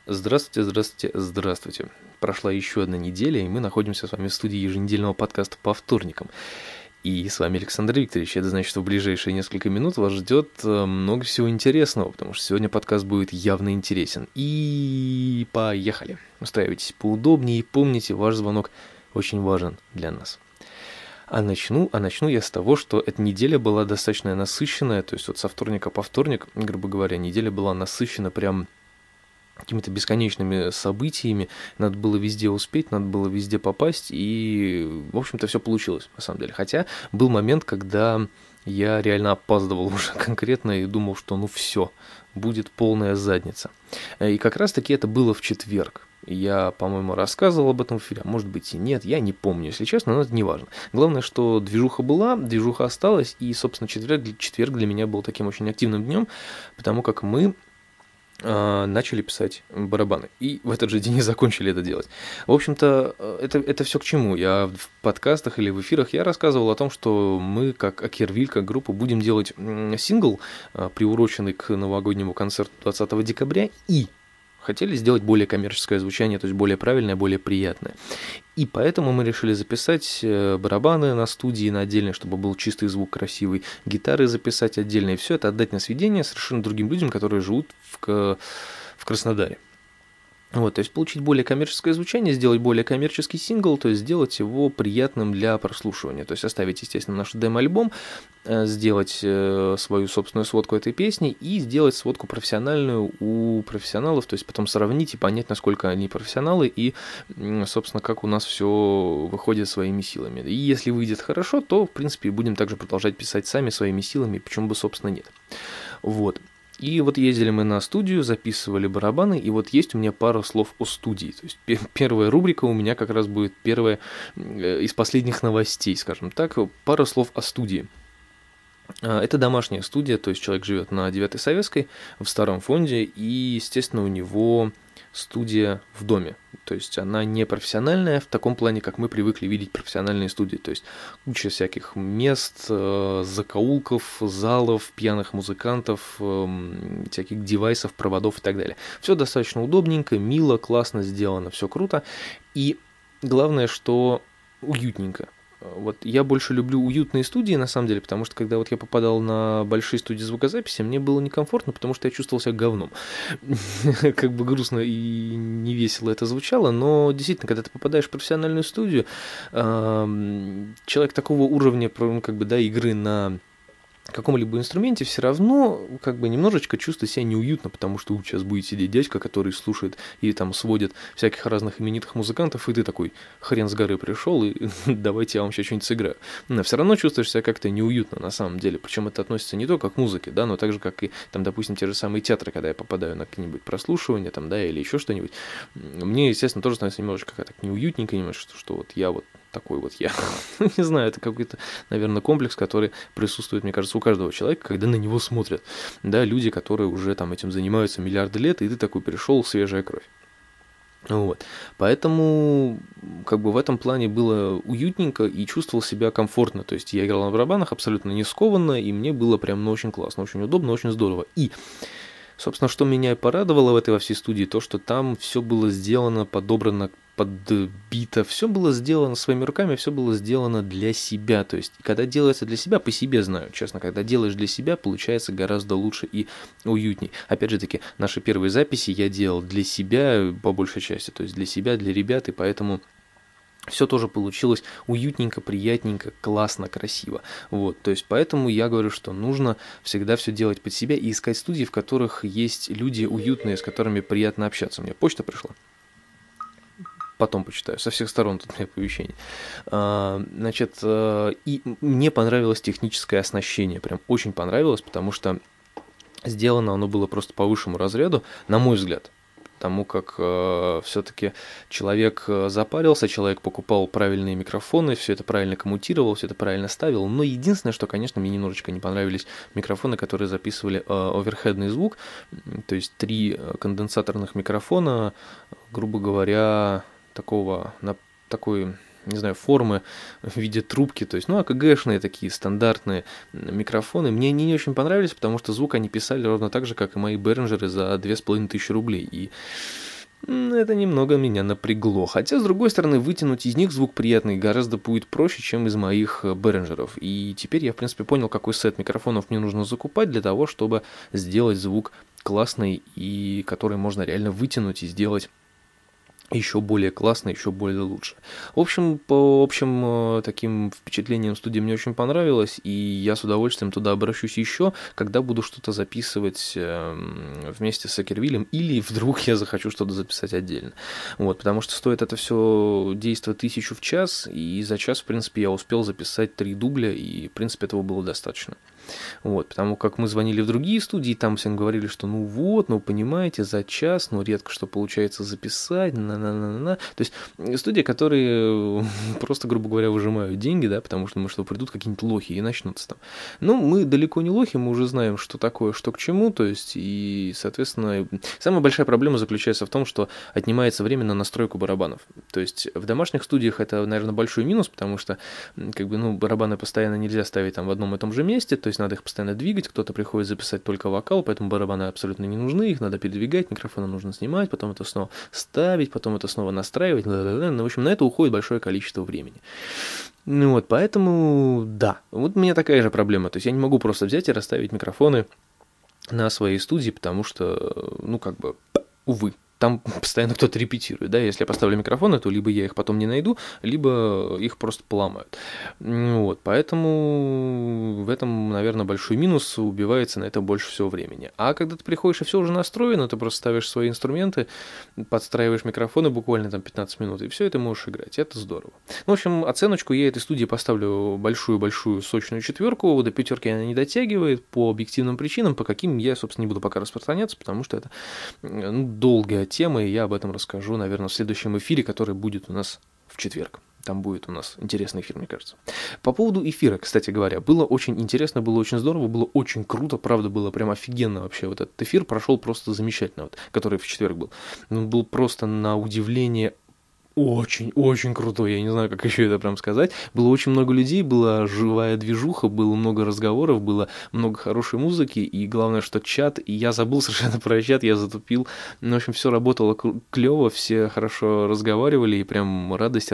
Здравствуйте, здравствуйте, здравствуйте. Прошла еще одна неделя, и мы находимся с вами в студии еженедельного подкаста по вторникам. И с вами Александр Викторович. Это значит, что в ближайшие несколько минут вас ждет много всего интересного, потому что сегодня подкаст будет явно интересен. И поехали. Устраивайтесь поудобнее и помните, ваш звонок очень важен для нас. А начну я с того, что эта неделя была достаточно насыщенная, то есть вот со вторника по вторник, грубо говоря, неделя была насыщена прям какими-то бесконечными событиями, надо было везде успеть, надо было везде попасть, и, в общем-то, все получилось, на самом деле. Хотя был момент, когда я реально опаздывал уже конкретно и думал, что ну все, будет полная задница. И как раз-таки это было в четверг. Я, по-моему, рассказывал об этом в эфире, а может быть и нет, я не помню, если честно, но это не важно. Главное, что движуха была, движуха осталась, и, собственно, четверг для меня был таким очень активным днем, потому как мы начали писать барабаны. И в этот же день и закончили это делать. В общем-то, это все к чему? Я в подкастах или в эфирах я рассказывал о том, что мы, как Акервиль, как группа, будем делать сингл, приуроченный к новогоднему концерту 20 декабря, и хотели сделать более коммерческое звучание, то есть более правильное, более приятное. И поэтому мы решили записать барабаны на студии, на отдельно, чтобы был чистый звук, красивый, гитары записать отдельно, и все это отдать на сведение совершенно другим людям, которые живут в Краснодаре. Вот, то есть получить более коммерческое звучание, сделать более коммерческий сингл, то есть сделать его приятным для прослушивания. То есть оставить, естественно, наш демо-альбом, сделать свою собственную сводку этой песни и сделать сводку профессиональную у профессионалов, то есть потом сравнить и понять, насколько они профессионалы и, собственно, как у нас все выходит своими силами. И если выйдет хорошо, то, в принципе, будем также продолжать писать сами своими силами, почему бы, собственно, нет. Вот. И вот ездили мы на студию, записывали барабаны, и вот есть у меня пара слов о студии. То есть первая рубрика у меня как раз будет первая из последних новостей, скажем так, пара слов о студии. Это домашняя студия, то есть человек живет на 9-й Советской, в старом фонде, и, естественно, у него студия в доме. То есть она не профессиональная в таком плане, как мы привыкли видеть профессиональные студии. То есть куча всяких мест, закоулков, залов, пьяных музыкантов, всяких девайсов, проводов и так далее. Все достаточно удобненько, мило, классно сделано, все круто. И главное, что уютненько. Вот я больше люблю уютные студии, на самом деле, потому что когда вот я попадал на большие студии звукозаписи, мне было некомфортно, потому что я чувствовал себя говном. Как бы грустно и не весело это звучало, но действительно, когда ты попадаешь в профессиональную студию, человек такого уровня, как бы, да, игры на каком-либо инструменте все равно как бы немножечко чувствует себя неуютно, потому что сейчас будет сидеть дядька, который слушает и там сводит всяких разных именитых музыкантов, и ты такой, хрен с горы пришел, и давайте я вам сейчас что-нибудь сыграю. Но все равно чувствуешь себя как-то неуютно на самом деле, причем это относится не только к музыке, да, но также как и там, допустим, те же самые театры, когда я попадаю на какие-нибудь прослушивания, там, да, или еще что-нибудь, мне, естественно, тоже становится немножечко так неуютненько, немножко, что вот я вот такой вот я. Не знаю, это какой-то, наверное, комплекс, который присутствует, мне кажется, у каждого человека, когда на него смотрят. Да, люди, которые уже там этим занимаются миллиарды лет, и ты такой пришел, свежая кровь. Вот. Поэтому как бы в этом плане было уютненько и чувствовал себя комфортно. То есть я играл на барабанах абсолютно не скованно, и мне было прям ну, очень классно, очень удобно, очень здорово. И собственно, что меня и порадовало в этой во всей студии, то, что там все было сделано, подобрано, подбито, все было сделано своими руками, все было сделано для себя. То есть, когда делается для себя, по себе знаю, честно, когда делаешь для себя, получается гораздо лучше и уютней. Опять же таки, наши первые записи я делал для себя, по большей части, то есть для себя, для ребят, и поэтому все тоже получилось уютненько, приятненько, классно, красиво. Вот, то есть поэтому я говорю, что нужно всегда все делать под себя и искать студии, в которых есть люди уютные, с которыми приятно общаться. У меня почта пришла. Потом почитаю. Со всех сторон тут мне оповещение. Значит, и мне понравилось техническое оснащение. Прям очень понравилось, потому что сделано оно было просто по высшему разряду, на мой взгляд. Потому как все-таки человек запарился, человек покупал правильные микрофоны, все это правильно коммутировал, все это правильно ставил. Но единственное, что, конечно, мне немножечко не понравились микрофоны, которые записывали оверхедный звук, то есть 3 конденсаторных микрофона, грубо говоря, такой, не знаю, формы в виде трубки, то есть, ну, АКГшные такие стандартные микрофоны. Мне они не очень понравились, потому что звук они писали ровно так же, как и мои Behringer за 2500 рублей. И Это немного меня напрягло. Хотя, с другой стороны, вытянуть из них звук приятный гораздо будет проще, чем из моих Behringer'ов. И теперь я, в принципе, понял, какой сет микрофонов мне нужно закупать для того, чтобы сделать звук классный и который можно реально вытянуть и сделать еще более классно, еще более лучше. В общем, по общим таким впечатлениям студии мне очень понравилось, и я с удовольствием туда обращусь еще, когда буду что-то записывать вместе с Акервиллем, или вдруг я захочу что-то записать отдельно. Вот, потому что стоит это все действо 1000 в час, и за час, в принципе, я успел записать 3 дубля, и, в принципе, этого было достаточно. Вот, потому как мы звонили в другие студии, там всем говорили, что ну вот, ну понимаете, за час, ну редко что получается записать, на-на-на-на. То есть студии, которые просто, грубо говоря, выжимают деньги, да, потому что, что придут какие-нибудь лохи и начнутся там. Ну, мы далеко не лохи, мы уже знаем, что такое, что к чему, то есть, и, соответственно, самая большая проблема заключается в том, что отнимается время на настройку барабанов. То есть в домашних студиях это, наверное, большой минус, потому что, как бы, ну, барабаны постоянно нельзя ставить там в одном и том же месте, то есть надо их постоянно двигать, кто-то приходит записать только вокал, поэтому барабаны абсолютно не нужны, их надо передвигать, микрофоны нужно снимать, потом это снова ставить, потом это снова настраивать, ну, в общем, на это уходит большое количество времени. Ну вот, поэтому, да, вот у меня такая же проблема, то есть я не могу просто взять и расставить микрофоны на своей студии, потому что, ну, как бы, увы. Там постоянно кто-то репетирует, да, если я поставлю микрофоны, то либо я их потом не найду, либо их просто поломают. Вот, поэтому в этом, наверное, большой минус, убивается на это больше всего времени. А когда ты приходишь и все уже настроено, ты просто ставишь свои инструменты, подстраиваешь микрофоны буквально там 15 минут, и все это можешь играть, это здорово. Ну, в общем, оценочку я этой студии поставлю большую-большую сочную 4, до 5 она не дотягивает по объективным причинам, по каким я, собственно, не буду пока распространяться, потому что это долгая тема, и я об этом расскажу, наверное, в следующем эфире, который будет у нас в четверг. Там будет у нас интересный эфир, мне кажется. По поводу эфира, кстати говоря, было очень интересно, было очень здорово, было очень круто, правда, было прям офигенно вообще. Вот этот эфир прошел просто замечательно, вот, который в четверг был. Он был просто на удивление очень-очень крутой, я не знаю, как еще это прям сказать. Было очень много людей, была живая движуха, было много разговоров, было много хорошей музыки, и главное, что чат, и я забыл совершенно про чат, я затупил. Ну, в общем, все работало клево, все хорошо разговаривали, и прям радость.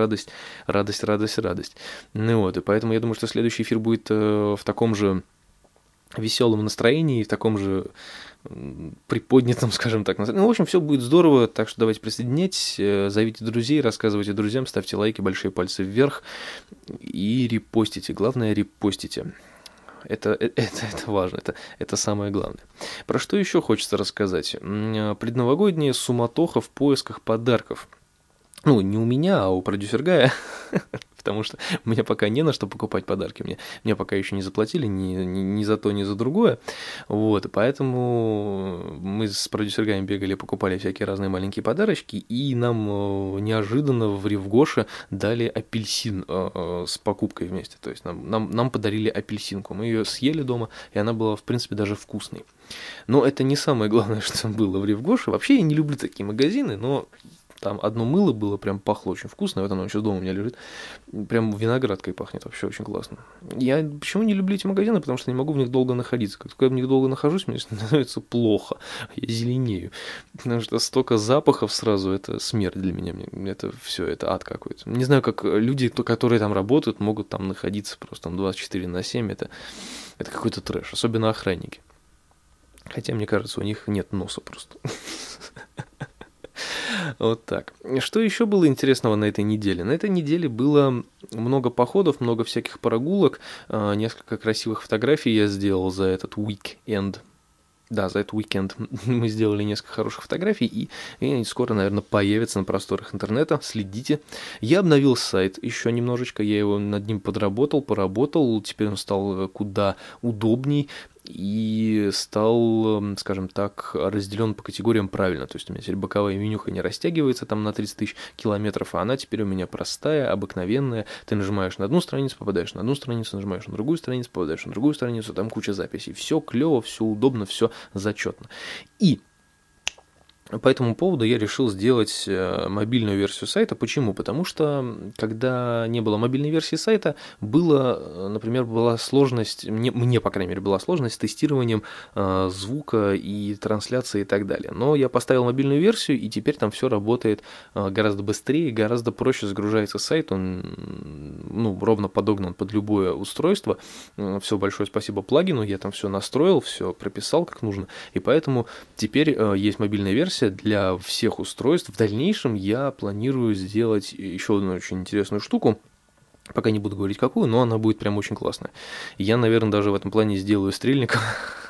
Ну вот, и поэтому я думаю, что следующий эфир будет в таком же веселом настроении, в таком же приподнятом, скажем так. Ну, в общем, все будет здорово, так что давайте присоединяйтесь, зовите друзей, рассказывайте друзьям, ставьте лайки, большие пальцы вверх и репостите. Главное, репостите. Это важно, это самое главное. Про что еще хочется рассказать? Предновогодняя суматоха в поисках подарков. Ну, не у меня, а у продюсера Гая, потому что мне пока не на что покупать подарки, мне пока еще не заплатили ни за то, ни за другое, вот, поэтому мы с продюсером Гаем бегали, покупали всякие разные маленькие подарочки, и нам неожиданно в Ревгоше дали апельсин с покупкой вместе, то есть нам подарили апельсинку, мы ее съели дома, и она была, в принципе, даже вкусной. Но это не самое главное, что было в Ревгоше, вообще я не люблю такие магазины, но... Там одно мыло было, прям пахло очень вкусно, вот оно еще дома у меня лежит. Прям виноградкой пахнет, вообще очень классно. Я почему не люблю эти магазины? Потому что не могу в них долго находиться. Как только я в них долго нахожусь, мне становится плохо, я зеленею. Потому что столько запахов сразу, это смерть для меня. Это все, это ад какой-то. Не знаю, как люди, которые там работают, могут там находиться просто там 24/7. Это какой-то трэш, особенно охранники. Хотя, мне кажется, у них нет носа просто. Вот так. Что еще было интересного на этой неделе? На этой неделе было много походов, много всяких прогулок, несколько красивых фотографий я сделал за этот уикенд. Да, за этот уикенд мы сделали несколько хороших фотографий, и они скоро, наверное, появятся на просторах интернета. Следите. Я обновил сайт еще немножечко, я его над ним поработал, теперь он стал куда удобней. И стал, скажем так, разделен по категориям правильно. То есть у меня теперь боковая менюха не растягивается там на 30 000 километров, а она теперь у меня простая, обыкновенная. Ты нажимаешь на одну страницу, попадаешь на одну страницу, нажимаешь на другую страницу, попадаешь на другую страницу, там куча записей. Все клево, все удобно, все зачетно. И По этому поводу я решил сделать мобильную версию сайта. Почему? Потому что, когда не было мобильной версии сайта, например, была сложность, мне, по крайней мере, была сложность с тестированием звука и трансляции и так далее. Но я поставил мобильную версию, и теперь там все работает гораздо быстрее, гораздо проще загружается сайт. Он ровно подогнан под любое устройство. Все, большое спасибо плагину, я там все настроил, все прописал как нужно. И поэтому теперь есть мобильная версия для всех устройств. В дальнейшем я планирую сделать еще одну очень интересную штуку. Пока не буду говорить какую, но она будет прям очень классная. Я, наверное, даже в этом плане сделаю стрельника,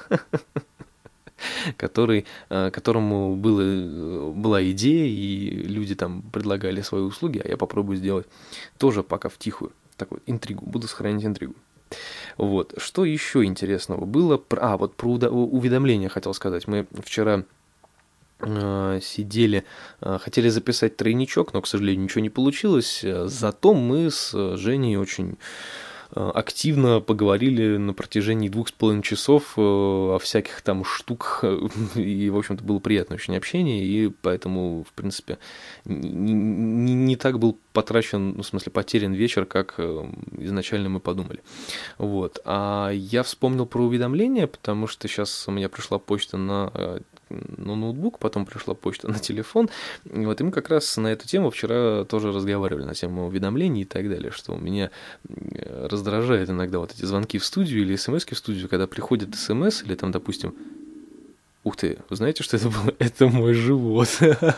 которому была идея, и люди там предлагали свои услуги, а я попробую сделать тоже пока втихую. Такую интригу, буду сохранять интригу. Вот. Что еще интересного было? Про уведомления хотел сказать. Мы вчера сидели, хотели записать тройничок, но, к сожалению, ничего не получилось. Зато мы с Женей очень активно поговорили на протяжении 2,5 часов о всяких там штуках, и, в общем-то, было приятное очень общение, и поэтому, в принципе, не так был потрачен, в смысле, потерян вечер, как изначально мы подумали. Вот. А я вспомнил про уведомления, потому что сейчас у меня пришла почта на ноутбук, потом пришла почта на телефон, и вот и мы как раз на эту тему вчера тоже разговаривали, на тему уведомлений и так далее, что у меня раздражает иногда вот эти звонки в студию или смс-ки в студию, когда приходит смс или там, допустим, ух ты, вы знаете, что это было? Это мой живот.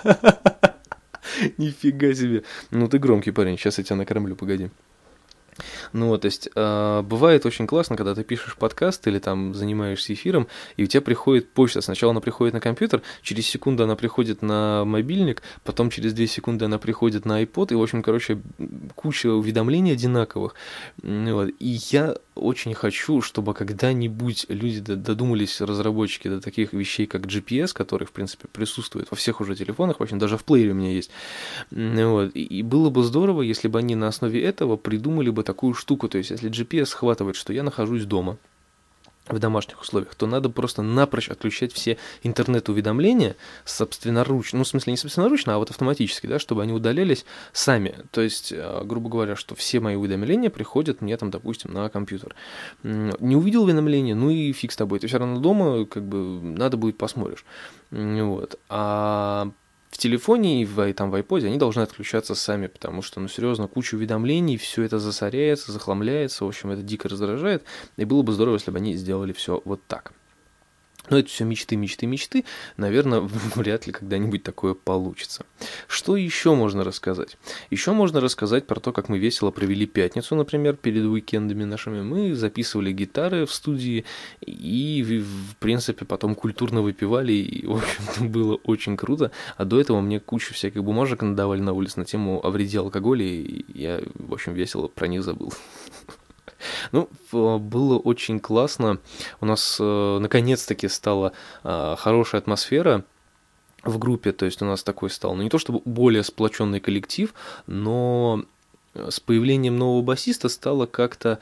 Нифига себе. Ну ты громкий парень, сейчас я тебя накормлю, погоди. Ну вот, то есть, бывает очень классно, когда ты пишешь подкаст или там занимаешься эфиром, и у тебя приходит почта. Сначала она приходит на компьютер, через секунду она приходит на мобильник, потом через 2 секунды она приходит на iPod, и, в общем, короче, куча уведомлений одинаковых. Вот. И я очень хочу, чтобы когда-нибудь люди додумались, разработчики, до таких вещей, как GPS, который, в принципе, присутствует во всех уже телефонах, в общем, даже в плеере у меня есть. Вот. И было бы здорово, если бы они на основе этого придумали бы такую штуку, то есть если GPS схватывает, что я нахожусь дома, в домашних условиях, то надо просто напрочь отключать все интернет-уведомления собственноручно, ну, в смысле, не собственноручно, а вот автоматически, да, чтобы они удалялись сами. То есть, грубо говоря, что все мои уведомления приходят мне там, допустим, на компьютер. Не увидел уведомления, ну и фиг с тобой, ты все равно дома, как бы, надо будет посмотришь. Вот. А в телефоне и в iPod они должны отключаться сами, потому что, ну, серьезно, куча уведомлений, все это засоряется, захламляется, в общем, это дико раздражает, и было бы здорово, если бы они сделали все вот так. Но это все мечты, мечты, мечты. Наверное, вряд ли когда-нибудь такое получится. Что еще можно рассказать? Еще можно рассказать про то, как мы весело провели пятницу, например, перед уикендами нашими. Мы записывали гитары в студии и, в принципе, потом культурно выпивали. И, в общем-то, было очень круто. А до этого мне кучу всяких бумажек надавали на улице на тему о вреде алкоголя. И я, в общем, весело про них забыл. Ну, было очень классно. У нас наконец-таки стала хорошая атмосфера в группе. То есть у нас такой стал, ну не то чтобы более сплоченный коллектив, но с появлением нового басиста стало как-то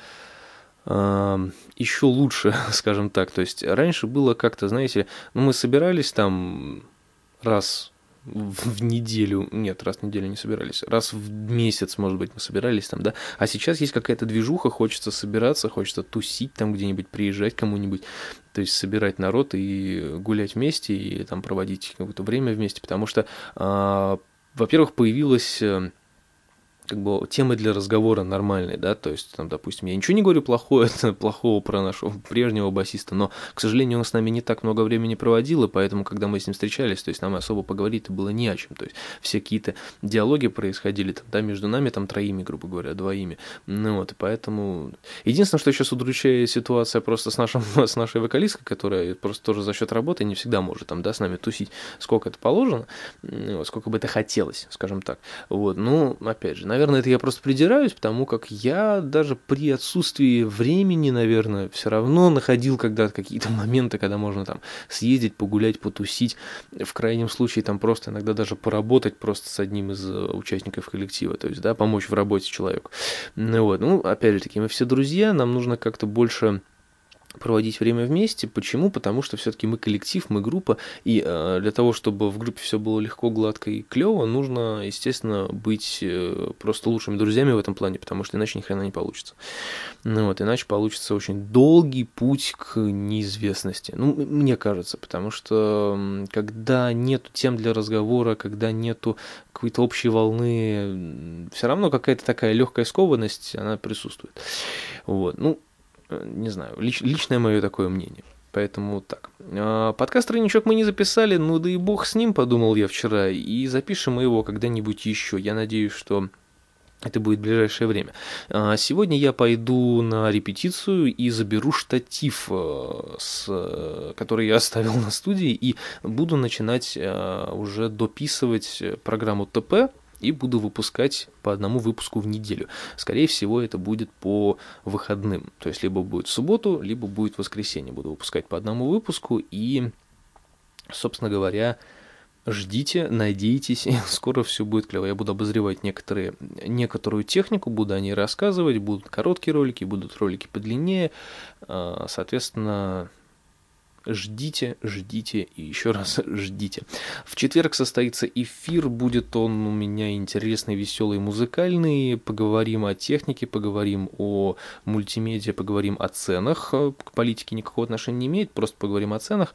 еще лучше, скажем так. То есть раньше было как-то, знаете, ну мы собирались там раз в неделю, нет, раз в неделю не собирались, раз в месяц, может быть, мы собирались там, да, а сейчас есть какая-то движуха, хочется собираться, хочется тусить там где-нибудь, приезжать кому-нибудь, то есть собирать народ и гулять вместе, и там проводить какое-то время вместе, потому что, во-первых, появилась как бы темы для разговора нормальные, да, то есть, там, допустим, я ничего не говорю плохого про нашего прежнего басиста, но, к сожалению, он с нами не так много времени проводил, и поэтому, когда мы с ним встречались, то есть, нам особо поговорить было не о чем, то есть, все какие-то диалоги происходили, там, да, между нами, там, троими, грубо говоря, двоими, ну, вот, и поэтому, единственное, что сейчас удручает ситуация просто с нашей вокалисткой, которая просто тоже за счет работы не всегда может, там, да, с нами тусить, сколько это положено, вот, сколько бы это хотелось, скажем так, вот, ну, опять же, наверное, это я просто придираюсь, потому как я даже при отсутствии времени, наверное, все равно находил когда-то какие-то моменты, когда можно там съездить, погулять, потусить, в крайнем случае там просто иногда даже поработать просто с одним из участников коллектива, то есть, да, помочь в работе человеку. Ну, вот, ну, опять же таки, мы все друзья, нам нужно как-то больше проводить время вместе. Почему? Потому что все-таки мы коллектив, мы группа, и для того, чтобы в группе все было легко, гладко и клево, нужно, естественно, быть просто лучшими друзьями в этом плане, потому что иначе ни хрена не получится. Ну вот, иначе получится очень долгий путь к неизвестности. Ну, мне кажется, потому что когда нету тем для разговора, когда нету какой-то общей волны, все равно какая-то такая легкая скованность, она присутствует. Вот, ну, не знаю, личное мое такое мнение. Поэтому так. Подкаст-тройничок мы не записали, ну да и бог с ним, подумал я вчера, и запишем мы его когда-нибудь еще. Я надеюсь, что это будет в ближайшее время. Сегодня я пойду на репетицию и заберу штатив, который я оставил на студии, и буду начинать уже дописывать программу ТП, и буду выпускать по одному выпуску в неделю. Скорее всего, это будет по выходным. То есть, либо будет в субботу, либо будет в воскресенье. Буду выпускать по одному выпуску. И, собственно говоря, ждите, надейтесь, и скоро все будет клево. Я буду обозревать некоторую технику, буду о ней рассказывать. Будут короткие ролики, будут ролики подлиннее. Соответственно, ждите и еще раз ждите. В четверг состоится эфир, будет он у меня интересный, веселый, музыкальный. Поговорим о технике, поговорим о мультимедиа, поговорим о ценах. К политике никакого отношения не имеет, просто поговорим о ценах.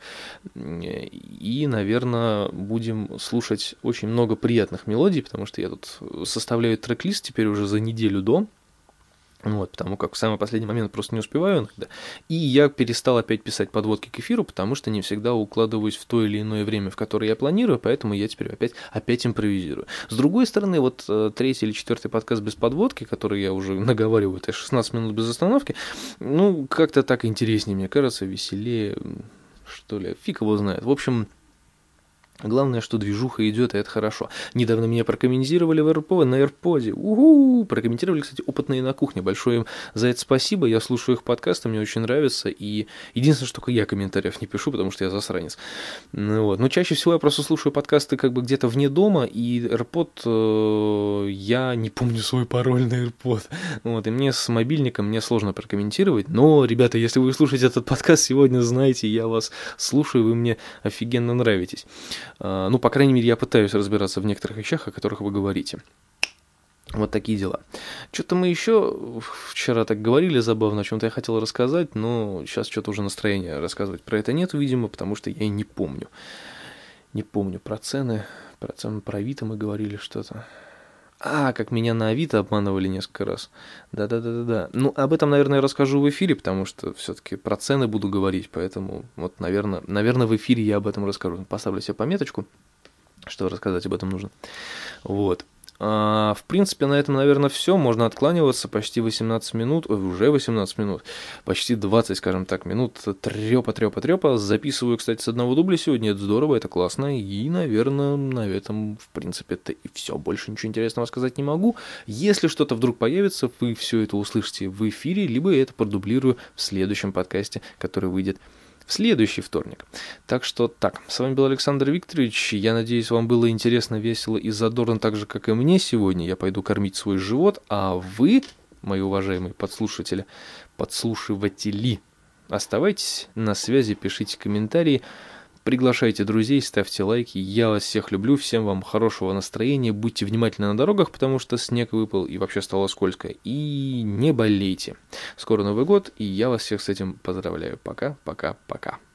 И, наверное, будем слушать очень много приятных мелодий, потому что я тут составляю трек-лист теперь уже за неделю до. Вот, потому как в самый последний момент просто не успеваю иногда. И я перестал опять писать подводки к эфиру, потому что не всегда укладываюсь в то или иное время, в которое я планирую, поэтому я теперь опять импровизирую. С другой стороны, вот третий или четвертый подкаст без подводки, который я уже наговариваю, это 16 минут без остановки, ну, как-то так интереснее, мне кажется, веселее, что ли, фиг его знает. В общем, главное, что движуха идет, и это хорошо. Недавно меня прокомментировали на AirPod'е. Прокомментировали, кстати, опытные на кухне. Большое им за это спасибо. Я слушаю их подкасты, мне очень нравится. И единственное, что только я комментариев не пишу, потому что я засранец. Вот. Но чаще всего я просто слушаю подкасты как бы где-то вне дома, и AirPod, я не помню свой пароль на AirPod. Вот. И мне с мобильником мне сложно прокомментировать. Но, ребята, если вы слушаете этот подкаст сегодня, знаете, я вас слушаю, вы мне офигенно нравитесь. Ну, по крайней мере, я пытаюсь разбираться в некоторых вещах, о которых вы говорите. Вот такие дела. Что-то мы еще вчера так говорили забавно, о чем-то я хотел рассказать, но сейчас что-то уже настроения рассказывать про это нет, видимо, потому что я и не помню. Не помню про цены, про Авито мы говорили что-то. Как меня на Авито обманывали несколько раз. Да. Ну, об этом, наверное, я расскажу в эфире, потому что все-таки про цены буду говорить, поэтому вот, наверное, в эфире я об этом расскажу. Поставлю себе пометочку, что рассказать об этом нужно. Вот. В принципе, на этом, наверное, все. Можно откланиваться. Почти 18 минут, уже 18 минут, почти 20, скажем так, минут трёпа. Записываю, кстати, с одного дубля сегодня. Это здорово, это классно. И, наверное, на этом, в принципе, это и все. Больше ничего интересного сказать не могу. Если что-то вдруг появится, вы все это услышите в эфире, либо я это продублирую в следующем подкасте, который выйдет в следующий вторник. Так что так, с вами был Александр Викторович. Я надеюсь, вам было интересно, весело и задорно, так же, как и мне сегодня. Я пойду кормить свой живот, а вы, мои уважаемые подслушиватели, оставайтесь на связи, пишите комментарии, приглашайте друзей, ставьте лайки. Я вас всех люблю, всем вам хорошего настроения, будьте внимательны на дорогах, потому что снег выпал и вообще стало скользко. И не болейте. Скоро Новый год, и я вас всех с этим поздравляю. Пока.